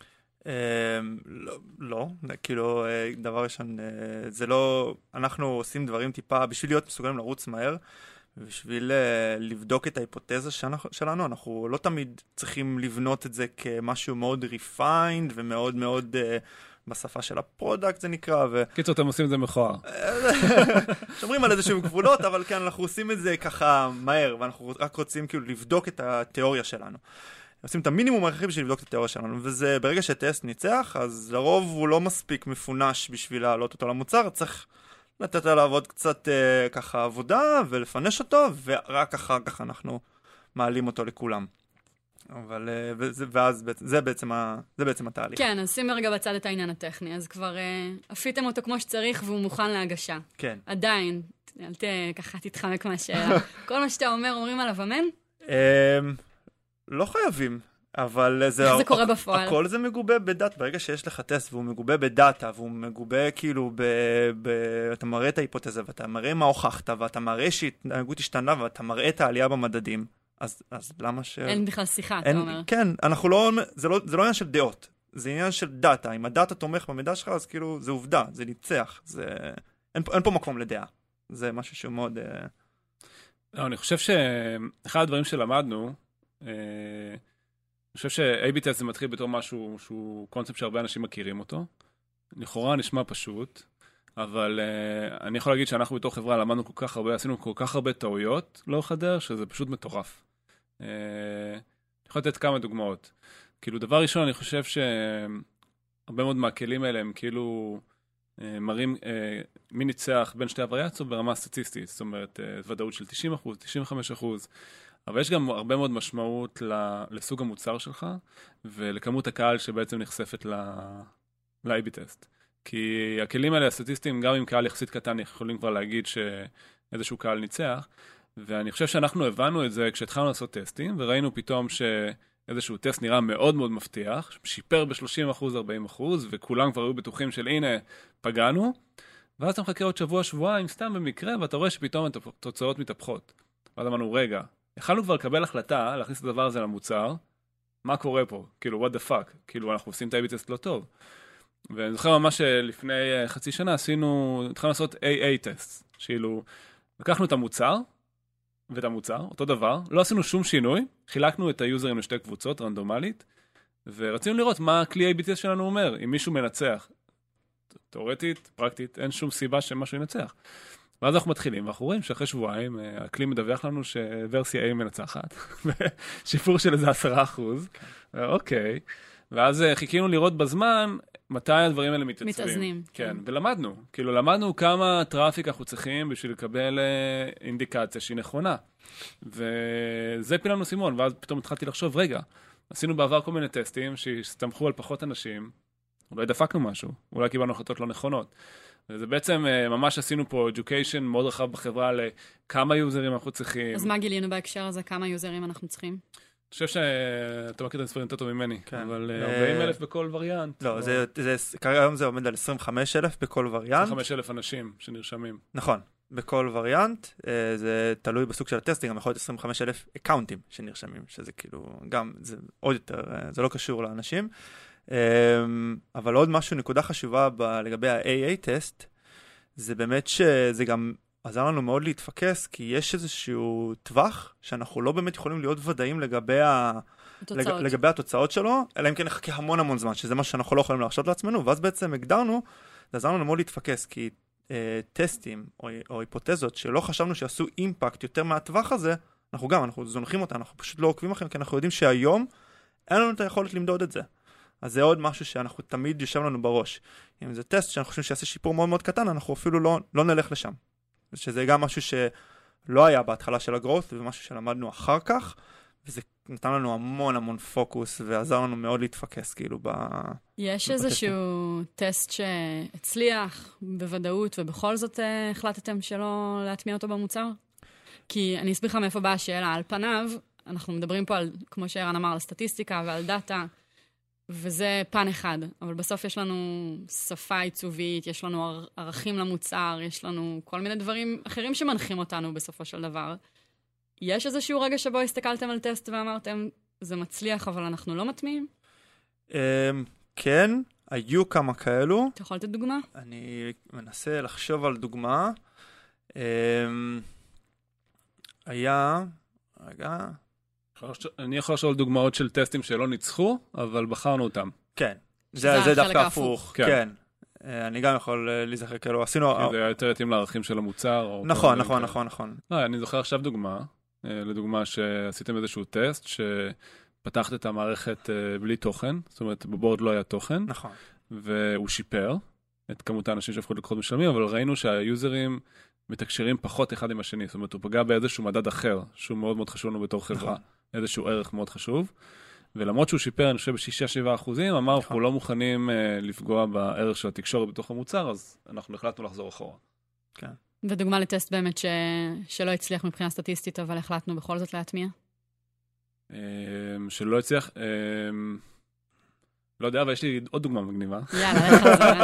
לא, כאילו, דבר ראשון, זה לא, אנחנו עושים דברים טיפה, בשביל להיות מסוגלים לרוץ מהר, בשביל לבדוק את ההיפותזה שלנו, אנחנו לא תמיד צריכים לבנות את זה כמשהו מאוד refined ומאוד מאוד בשפה של הפרודקט זה נקרא. קיצור, אתם עושים את זה מכוער. שומרים על איזשהם גבולות, אבל כן, אנחנו עושים את זה ככה מהר, ואנחנו רק רוצים כאילו לבדוק את התיאוריה שלנו. עושים את המינימום הכרחי בשביל לבדוק את התיאוריה שלנו, וזה ברגע שטסט ניצח, אז לרוב הוא לא מספיק מפונש בשביל להעלות אותו למוצר, צריך לתת לה לעבוד קצת ככה עבודה ולפנש אותו, ורק אחר כך אנחנו מעלים אותו לכולם. אבל ואז זה בעצם התהליך. כן, אז שימי רגע בצד את העניין הטכני, אז כבר עפיתם אותו כמו שצריך והוא מוכן להגשה. כן. עדיין, אל ככה תתחמק מהשאלה. כל מה שאתה אומרים עליו אמן? לא חייבים. אבל זה קורה בפועל. הכל זה מגובה בדאטה, ברגע שיש לך טסט והוא מגובה בדאטה, והוא מגובה כאילו אתה מראה את ההיפותזה, ואתה מראה מה הוכחת, ואתה מראה שהתנהגות השתנה, ואתה מראה את העלייה במדדים, אז למה אין בכלל שיחה, אתה אומר. כן, זה לא עניין של דעות, זה עניין של דאטה. אם הדאטה תומך במידע שלך, אז כאילו זה עובדה, זה ניצח, אין פה מקום לדעה. זה משהו שהוא מאוד... אני חושב שאחד הדברים שלמדנו, אני חושב ש-A/B Test זה מתחיל בתור משהו שהוא קונספט שהרבה אנשים מכירים אותו. לכאורה נשמע פשוט, אבל אני יכול להגיד שאנחנו בתור חברה למדנו כל כך הרבה, עשינו כל כך הרבה טעויות לאורך הדרך, שזה פשוט מטורף. אני יכול לתת כמה דוגמאות. כאילו, דבר ראשון, אני חושב שהרבה מאוד מהכלים האלה הם כאילו מראים מי ניצח בין שתי הווריאציות ברמה סטטיסטית, זאת אומרת, ודאות של 90%, 95%, אבל יש גם הרבה מאוד משמעות לסוג המוצר שלך, ולכמות הקהל שבעצם נחשפת ל-A/B Test. כי הכלים האלה הסטטיסטיים, גם עם קהל יחסית קטן, יכולים כבר להגיד שאיזשהו קהל ניצח, ואני חושב שאנחנו הבנו את זה כשהתחלנו לעשות טסטים, וראינו פתאום שאיזשהו טסט נראה מאוד מאוד מבטיח, שיפר ב-30%, 40%, וכולם כבר היו בטוחים של הנה, פגענו, ואז אתה מחכה עוד שבוע-שבועיים, סתם במקרה, ואתה רואה שפתאום התוצאות מתהפכות. ואז אמרנו, רגע, יכלנו כבר לקבל החלטה, להכניס את הדבר הזה למוצר, מה קורה פה? כאילו, what the fuck? כאילו, אנחנו עושים את ה-A/B Test לא טוב. ואני זוכר ממש לפני חצי שנה התחלנו לעשות AA Test, שאילו, לקחנו את המוצר, ואת המוצר, אותו דבר, לא עשינו שום שינוי, חילקנו את היוזרים לשתי קבוצות רנדומלית, ורצינו לראות מה הכלי A/B Test שלנו אומר, אם מישהו מנצח. תיאורטית, פרקטית, אין שום סיבה שמשהו ינצח. ואז אנחנו מתחילים, ואנחנו רואים שאחרי שבועיים, הכלי מדווח לנו שוורסיה A מנצחת, שיפור של איזה 10%. אוקיי. ואז חיכינו לראות בזמן, מתי הדברים האלה מתאזנים. כן, ולמדנו. כאילו, למדנו כמה טראפיק אנחנו צריכים בשביל לקבל אינדיקציה שהיא נכונה. וזה פיל לנו סימון, ואז פתאום התחלתי לחשוב, רגע, עשינו בעבר כל מיני טסטים שהסתמכו על פחות אנשים, אולי דפקנו משהו, אולי קיבלנו החלטות לא נכונות. וזה בעצם, ממש עשינו פה education מאוד רחב בחברה לכמה יוזרים אנחנו צריכים. אז מה גילינו בהקשר הזה? כמה יוזרים אנחנו צריכים? אני חושב שאתה מכיר את המספרים יותר טוב ממני, כן. אבל 40,000 בכל וריאנט. לא, כרגע היום זה עומד על 25,000 בכל וריאנט. 25,000 אנשים שנרשמים. נכון, בכל וריאנט, זה תלוי בסוג של הטסט, גם יכול להיות 25,000 אקאונטים שנרשמים, שזה כאילו, גם, זה עוד יותר, זה לא קשור לאנשים. אבל עוד משהו, נקודה חשובה לגבי ה-AA טסט, זה באמת שזה גם עזר לנו מאוד להתפקס, כי יש איזשהו טווח שאנחנו לא באמת יכולים להיות ודאים לגבי התוצאות שלו, אלא אם כן נחכה המון זמן, שזה מה שאנחנו לא יכולים להרשות לעצמנו, ואז בעצם הגדרנו, זה עזר לנו מאוד להתפקס, כי טסטים או היפותזות שלא חשבנו שיעשו אימפקט יותר מהטווח הזה, אנחנו זונחים אותה, אנחנו פשוט לא עוקבים אחרים, כי אנחנו יודעים שהיום אין לנו את היכולת למדוד את זה. אז זה עוד משהו שאנחנו תמיד יושב לנו בראש. אם זה טסט שאנחנו חושבים שיעשה שיפור מאוד מאוד קטן, אנחנו אפילו לא נלך לשם. שזה גם משהו שלא היה בהתחלה של הגרוס, ומשהו שלמדנו אחר כך, וזה נתן לנו המון פוקוס, ועזר לנו מאוד להתפקס, כאילו, יש איזשהו טסט שהצליח בוודאות, ובכל זאת החלטתם שלא להטמיע אותו במוצר? כי אני אסביר לך מאיפה באה השאלה. על פניו, אנחנו מדברים פה על, כמו שערן אמר, על סטטיסטיקה ועל דאטה, וזה פן אחד, אבל בסוף יש לנו שפה עיצובית, יש לנו ערכים למוצר, יש לנו כל מיני דברים אחרים שמנחים אותנו בסופו של דבר. יש איזשהו רגע שבו הסתכלתם על טסט ואמרתם, זה מצליח, אבל אנחנו לא מטמיעים? כן, היו כמה כאלו. אתה יכול לתת דוגמה? אני מנסה לחשוב על דוגמה. היה, רגע... אני יכול לשאול דוגמאות של טסטים שלא ניצחו, אבל בחרנו אותם. כן, זה דווקא הפוך. כן. אני גם יכול להיזכר, כאילו, עשינו... זה היה יותר יתאים לערכים של המוצר. נכון. לא, אני זוכר עכשיו דוגמה, לדוגמה שעשיתם איזשהו טסט, שפתחת את המערכת בלי תוכן, זאת אומרת, בבורד לא היה תוכן. נכון. והוא שיפר את כמות האנשים שהפכו לקוחות משלמים, אבל ראינו שהיוזרים מתקשרים פחות אחד עם השני, זאת אומרת, הוא פגע באיזשהו מדד אחר, שהוא מאוד מאוד חשוב לנו בתור חברה. איזשהו ערך מאוד חשוב, ולמרות שהוא שיפר, אני חושב, ב6-7%, אמר, אנחנו לא מוכנים לפגוע בערך של התקשורת בתוך המוצר, אז אנחנו החלטנו לחזור אחורה. כן. ודוגמה לטסט באמת שלא הצליח מבחינה סטטיסטית, אבל החלטנו בכל זאת להטמיע? שלא הצליח, לא יודע, אבל יש לי עוד דוגמה מגניבה. יאללה, לך על זה.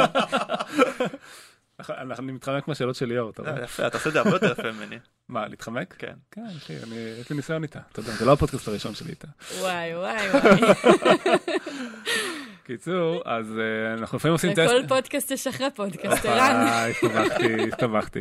אני מתחמק מהשאלות של ליאור, אתה רואה? יפה, אתה עושה את זה הרבה יותר יפה ממני. מה, להתחמק? כן. כן, יש לי ניסיון איתה, אתה יודע, זה לא הפודקאסט הראשון שלי איתה. וואי. קיצור, אז אנחנו לפעמים עושים טסט... לכל פודקאסט יש אחרי פודקאסט, ערן. הסתבכתי.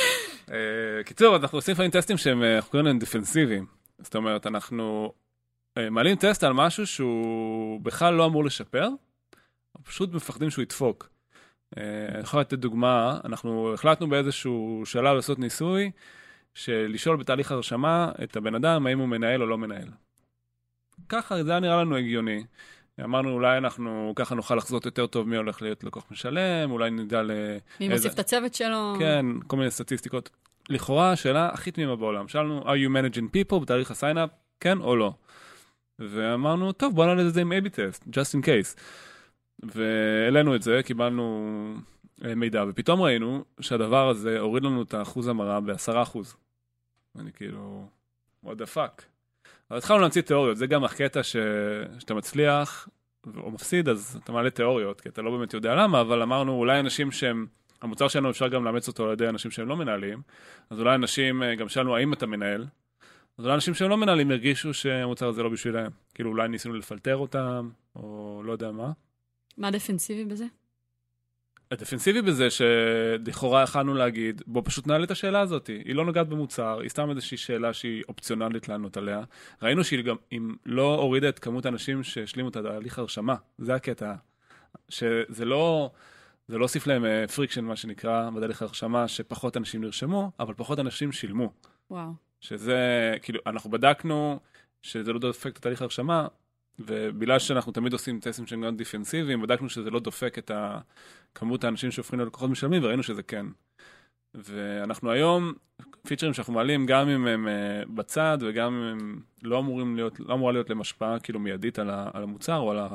קיצור, אנחנו עושים לפעמים טסטים שהם קוראים להם דפנסיביים. זאת אומרת, אנחנו מעלים טסט על משהו שהוא בכלל לא אמור לשפר, פשוט מפחדים שהוא ידפוק. אני יכול לתת דוגמה, אנחנו החלטנו באיזשהו שלב לעשות ניסוי, שלשאול בתהליך הרשמה את הבן אדם, האם הוא מנהל או לא מנהל. ככה, זה היה נראה לנו הגיוני. אמרנו, אולי אנחנו ככה נוכל לחזות יותר טוב מי הולך להיות לקוח משלם, אולי נדע מי מוסיף את הצוות שלו. כן, כל מיני סטטיסטיקות. לכאורה, השאלה הכי תמימה בעולם. שאלנו, are you managing people בתהליך הסיינאפ, כן או לא? ואמרנו, טוב, בוא נעלה את זה עם A/B test, just in case. והעלינו את זה, קיבלנו מידע, ופתאום ראינו שהדבר הזה הוריד לנו את האחוז המרה ב10%. אני כאילו, what the fuck. אז התחלנו להמציא תיאוריות, זה גם הקטע שאתה מצליח או מפסיד, אז אתה מעלה תיאוריות, כי אתה לא באמת יודע למה, אבל אמרנו, אולי אנשים שהם, המוצר שלנו אפשר גם לאמץ אותו על ידי אנשים שהם לא מנהלים, אז אולי אנשים, גם שאלנו האם אתה מנהל, אז אולי אנשים שהם לא מנהלים הרגישו שהמוצר הזה לא בשבילם. כאילו אולי ניסינו לפלטר אותם, או לא יודע מה. מה דפנסיבי בזה? הדפנסיבי בזה שלכאורה יכלנו להגיד, בוא פשוט נעלה את השאלה הזאת. היא לא נוגעת במוצר, היא סתם איזושהי שאלה שהיא אופציונלית לענות עליה. ראינו שהיא גם, אם לא הורידה את כמות האנשים שהשלימו את התהליך הרשמה, זה הקטע. שזה לא הוסיף להם פריקשן, מה שנקרא, בתהליך הרשמה, שפחות אנשים נרשמו, אבל פחות אנשים שילמו. וואו. שזה, כאילו, אנחנו בדקנו שזה לא דופק את התהליך הרשמה, ובגלל שאנחנו תמיד עושים טסטים שהם גם דיפנסיביים, בדקנו שזה לא דופק את כמות האנשים שהופכים ללקוחות משלמים, וראינו שזה כן. ואנחנו היום, פיצ'רים שאנחנו מעלים, גם אם הם בצד, וגם אם הם לא אמורה להיות להם השפעה כאילו מיידית על המוצר, או על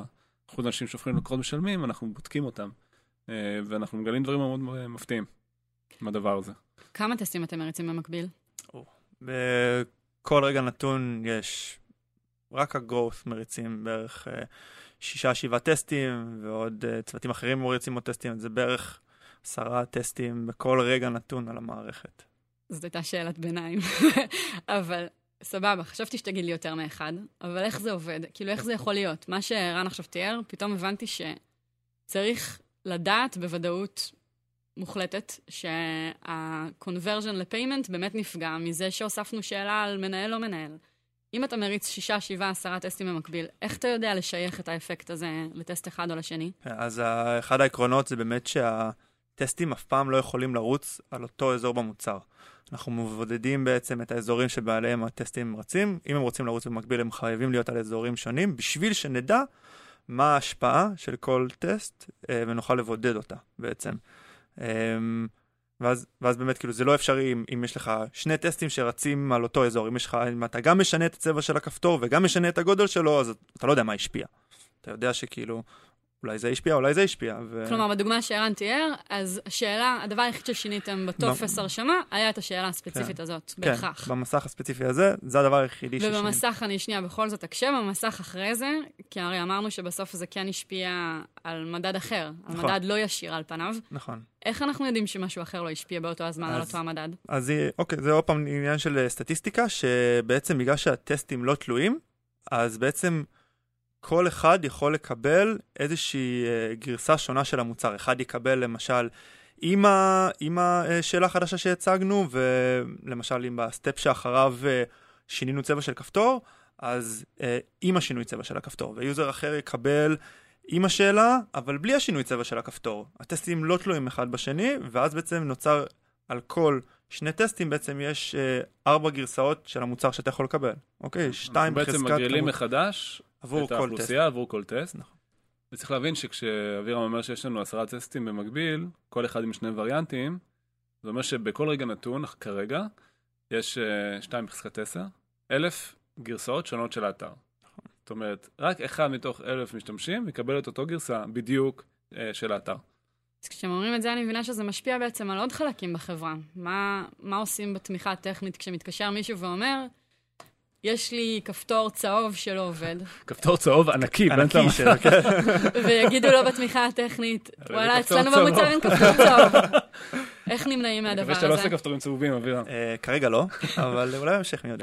אחוז אנשים שהופכים לקוחות משלמים, אנחנו בודקים אותם, ואנחנו מגלים דברים מאוד מפתיעים עם הדבר הזה. כמה טסטים אתם מריצים במקביל? בכל רגע נתון יש רק הגרוס מריצים בערך 6-7 טסטים, ועוד צוותים אחרים מריצים עוד טסטים, זה בערך 10 טסטים בכל רגע נתון על המערכת. זאת הייתה שאלת ביניים, אבל סבבה, חשבתי שתגיד לי יותר מאחד, אבל איך זה עובד? כאילו, איך זה יכול להיות? מה שרן עכשיו תיאר, פתאום הבנתי שצריך לדעת בוודאות מוחלטת שה-conversion לפיימנט באמת נפגע מזה שהוספנו שאלה על מנהל או מנהל. אם אתה מריץ 6, 7, 10 טסטים במקביל, איך אתה יודע לשייך את האפקט הזה לטסט אחד או לשני? אז אחד העקרונות זה באמת שהטסטים אף פעם לא יכולים לרוץ על אותו אזור במוצר. אנחנו מבודדים בעצם את האזורים שבעליהם הטסטים רצים. אם הם רוצים לרוץ במקביל, הם חייבים להיות על אזורים שונים, בשביל שנדע מה ההשפעה של כל טסט, ונוכל לבודד אותה בעצם. ואז באמת כאילו זה לא אפשרי אם יש לך שני טסטים שרצים על אותו אזור. אם אתה גם משנה את הצבע של הכפתור וגם משנה את הגודל שלו, אז אתה לא יודע מה השפיע. אתה יודע שכאילו אולי זה השפיע, אולי זה השפיע. כלומר, בדוגמה שערן תיאר, אז השאלה, הדבר היחיד ששיניתם בטופס הרשמה, היה את השאלה הספציפית הזאת, בהכרח. כן, במסך הספציפי הזה, זה הדבר היחידי ששיניתם. ובמסך, אני שנייה, בכל זאת אקשב, במסך אחרי זה, כי הרי אמרנו שבסוף זה כן השפיע על מדד אחר, על מדד לא ישיר על פניו. נכון. איך אנחנו יודעים שמשהו אחר לא השפיע באותו הזמן על אותו המדד? אז אוקיי, זה עוד פעם עניין של סטטיסטיקה, שבעצם בגלל שהטסטים לא תלויים, אז בעצם כל אחד יכול לקבל איזושהי גרסה שונה של המוצר. אחד יקבל למשל עם השאלה החדשה שהצגנו, ולמשל אם בסטפ שאחריו שינינו צבע של כפתור, אז עם השינוי צבע של הכפתור. ויוזר אחר יקבל עם השאלה, אבל בלי השינוי צבע של הכפתור. הטסטים לא תלויים אחד בשני, ואז בעצם נוצר על כל שני טסטים בעצם יש 4 גרסאות של המוצר שאתה יכול לקבל. אוקיי, 2 בחזקת... אנחנו בעצם מגרילים מחדש את האוכלוסייה עבור כל טסט. וצריך להבין שכשאבירם אומר שיש לנו 10 טסטים במקביל, כל אחד עם 2 וריאנטים, זה אומר שבכל רגע נתון, כרגע, יש 2 בחזקת 10, 1,000 גרסאות שונות של האתר. זאת אומרת, רק אחד מתוך 1,000 משתמשים יקבל את אותו גרסה בדיוק של האתר. אז כשאתם אומרים את זה, אני מבינה שזה משפיע בעצם על עוד חלקים בחברה. מה עושים בתמיכה הטכנית כשמתקשר מישהו ואומר, יש לי כפתור צהוב שלא עובד. כפתור צהוב ענקי. ענקי שלו, כן. ויגידו לו בתמיכה הטכנית, וואלה, אצלנו במוצר אין כפתור צהוב. איך נמנעים מהדבר הזה? אני חושב שאתה לא עושה כפתורים צהובים, אבירם. כרגע לא, אבל אולי בהמשך, מי יודע.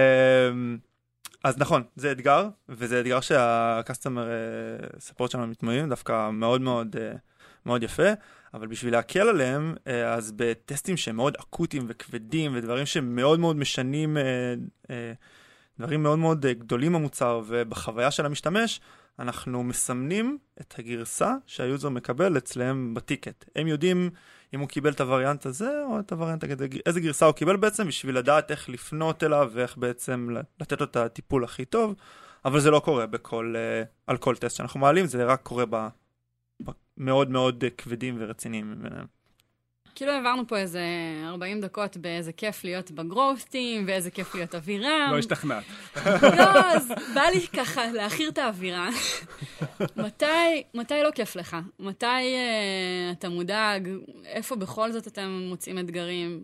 אז נכון, זה אתגר, וזה אתגר שהקסטומר ספורט שלנו מתמודדים, דווקא מאוד מאוד מאוד יפה, אבל בשביל להקל עליהם, אז בטסטים שהם מאוד אקוטיים וכבדים, ודברים שמאוד מאוד משנים, דברים מאוד מאוד גדולים במוצר, ובחוויה של המשתמש, אנחנו מסמנים את הגרסה שהיוזר מקבל אצלם בטיקט. הם יודעים אם הוא קיבל את הווריאנט הזה, או את הווריאנט הזה, איזה גרסה הוא קיבל בעצם, בשביל לדעת איך לפנות אליו, ואיך בעצם לתת לו את הטיפול הכי טוב, אבל זה לא קורה על כל טסט שאנחנו מעלים, זה רק קורה מאוד מאוד כבדים ורציניים. כאילו עברנו פה איזה 40 דקות באיזה כיף להיות בגרוסטים, ואיזה כיף להיות אווירם. לא השתכנעת. לא, אז בא לי ככה להכיר את האווירה. מתי לא כיף לך? מתי אתה מודאג? איפה בכל זאת אתם מוצאים אתגרים?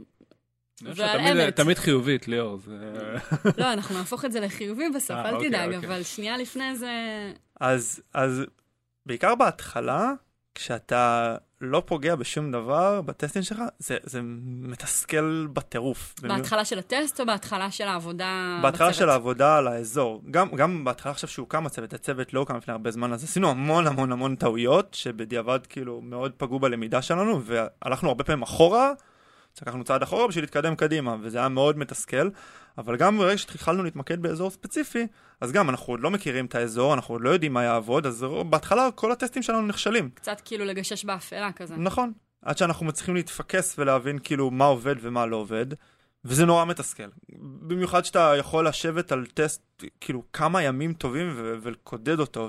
תמיד חיובית, ליאור. לא, אנחנו נהפוך את זה לחיובי בסוף, אל תדאג, אבל שנייה לפני זה... אז בעיקר בהתחלה, כשאתה לא פוגע בשום דבר בטסטים שלך, זה מתסכל בטירוף. בהתחלה של הטסט או בהתחלה של העבודה בהתחלה בצוות? של העבודה על האזור. גם בהתחלה עכשיו שהוקם הצוות לא הוקם לפני הרבה זמן, אז עשינו המון טעויות, שבדיעבד כאילו מאוד פגעו בלמידה שלנו, והלכנו הרבה פעמים אחורה, לקחנו צעד אחורה בשביל להתקדם קדימה, וזה היה מאוד מתסכל, אבל גם ברגע שהתחלנו להתמקד באזור ספציפי, אז גם אנחנו עוד לא מכירים את האזור, אנחנו עוד לא יודעים מה יעבוד, אז בהתחלה כל הטסטים שלנו נכשלים. קצת כאילו לגשש באפלה כזה. נכון, עד שאנחנו מצליחים להתפקס ולהבין כאילו מה עובד ומה לא עובד, וזה נורא מתסכל. במיוחד שאתה יכול לשבת על טסט כאילו כמה ימים טובים ולקודד אותו,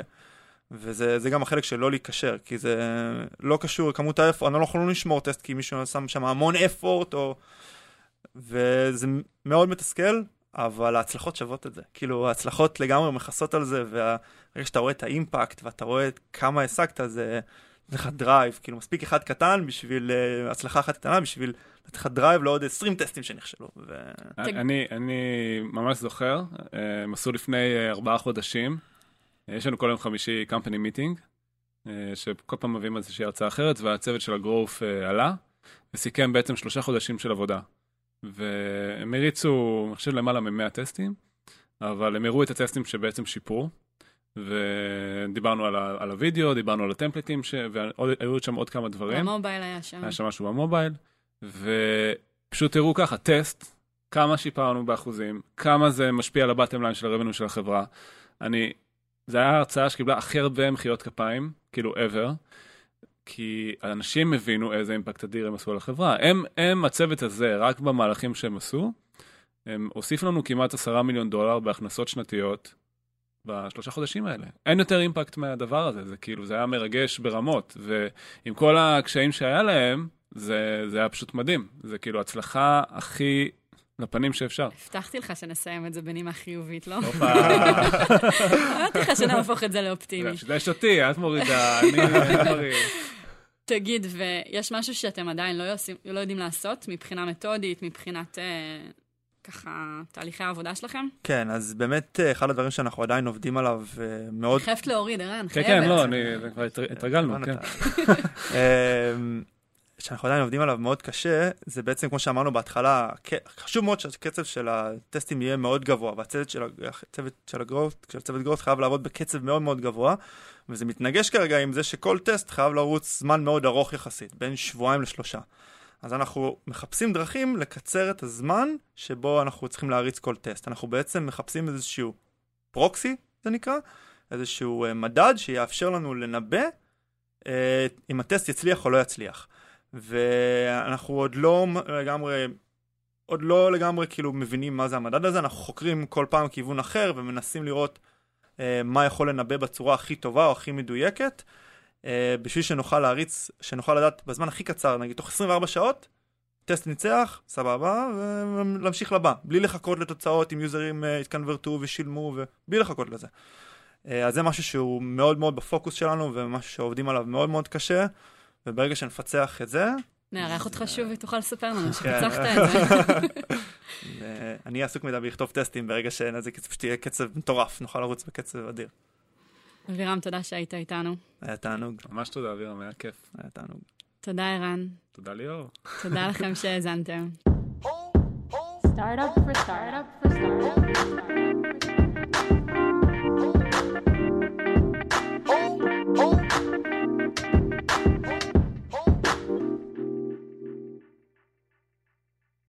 וזה גם החלק שלא להיקשר, כי זה לא קשור לכמות האפורט, אנחנו לא יכולים לשמור טסט כי מישהו שם המון אפורט, וזה מאוד מתסכל, אבל ההצלחות שוות את זה. כאילו, ההצלחות לגמרי מכסות על זה, והרגע שאתה רואה את האימפקט, ואתה רואה כמה השגת, זה לך דרייב. כאילו, מספיק אחד קטן בשביל, הצלחה אחת קטנה בשביל לתת לך דרייב לעוד 20 טסטים שנכשלו. אני ממש זוכר, הם עשו לפני 4 חודשים, יש לנו כל יום חמישי company meeting, שכל פעם מביאים איזושהי הרצאה אחרת, והצוות של הגרוף עלה, וסיכם בעצם 3 חודשים של עבודה. והם הריצו, אני חושב, למעלה מ-100 טסטים, אבל הם הראו את הטסטים שבעצם שיפרו, ודיברנו על הוידאו, דיברנו על הטמפלטים, והיו שם עוד כמה דברים. המובייל היה שם. היה שם משהו במובייל, ופשוט הראו ככה, טסט, כמה שיפרנו באחוזים, כמה זה משפיע על הבטם ליין של הרבנו של החברה. זה היה הרצאה שקיבלה הכי הרבה מחיאות כפיים, כאילו ever, כי האנשים הבינו איזה אימפקט אדיר הם עשו על החברה. הם הצוות הזה, רק במהלכים שהם עשו, הם הוסיף לנו כמעט $10 מיליון בהכנסות שנתיות ב3 חודשים האלה. אין יותר אימפקט מהדבר הזה, זה כאילו, זה היה מרגש ברמות, ועם כל הקשיים שהיה להם, זה היה פשוט מדהים. זה כאילו הצלחה הכי לפנים שאפשר. הבטחתי לך שנסיים את זה בנימה חיובית, לא? אופה. אמרתי לך שנהפוך את זה לאופטימי. יש אותי, את מורידה, אני מוריד. תגיד, ויש משהו שאתם עדיין לא יודעים לעשות, מבחינה מתודית, מבחינת ככה תהליכי העבודה שלכם? כן, אז באמת אחד הדברים שאנחנו עדיין עובדים עליו מאוד... חייבת להוריד, ערן, חייבת. כן, לא, כבר התרגלנו, כן. שאנחנו עדיין עובדים עליו מאוד קשה, זה בעצם כמו שאמרנו בהתחלה, חשוב מאוד שהקצב של הטסטים יהיה מאוד גבוה, והצוות של הגרוט חייב לעבוד בקצב מאוד מאוד גבוה, וזה מתנגש כרגע עם זה שכל טסט חייב לרוץ זמן מאוד ארוך יחסית, בין 2 ל3. אז אנחנו מחפשים דרכים לקצר את הזמן שבו אנחנו צריכים להריץ כל טסט. אנחנו בעצם מחפשים איזשהו פרוקסי, זה נקרא, איזשהו מדד שיאפשר לנו לנבא אם הטסט יצליח או לא יצליח. ואנחנו עוד לא לגמרי כאילו מבינים מה זה המדד הזה, אנחנו חוקרים כל פעם כיוון אחר ומנסים לראות מה יכול לנבא בצורה הכי טובה או הכי מדויקת, בשביל שנוכל להריץ, שנוכל לדעת בזמן הכי קצר, נגיד תוך 24 שעות, טסט ניצח, סבבה, ולהמשיך לבא, בלי לחכות לתוצאות אם יוזרים התקנברטו ושילמו, ובלי לחכות לזה. אז זה משהו שהוא מאוד מאוד בפוקוס שלנו, ומשהו שעובדים עליו מאוד מאוד קשה, וברגע שנפצח את זה... נערך אותך שוב ותוכל לספר לנו שפצחת את זה. אני אעסוק מדי לכתוב טסטים, ברגע שנזה שתהיה קצב מטורף, נוכל לרוץ בקצב אדיר. אבירם, תודה שהיית איתנו. היה תענוג. ממש תודה, אבירם, היה כיף. היה תענוג. תודה, ערן. תודה ליאור. תודה לכם שהאזנתם. Startup for startup for startup.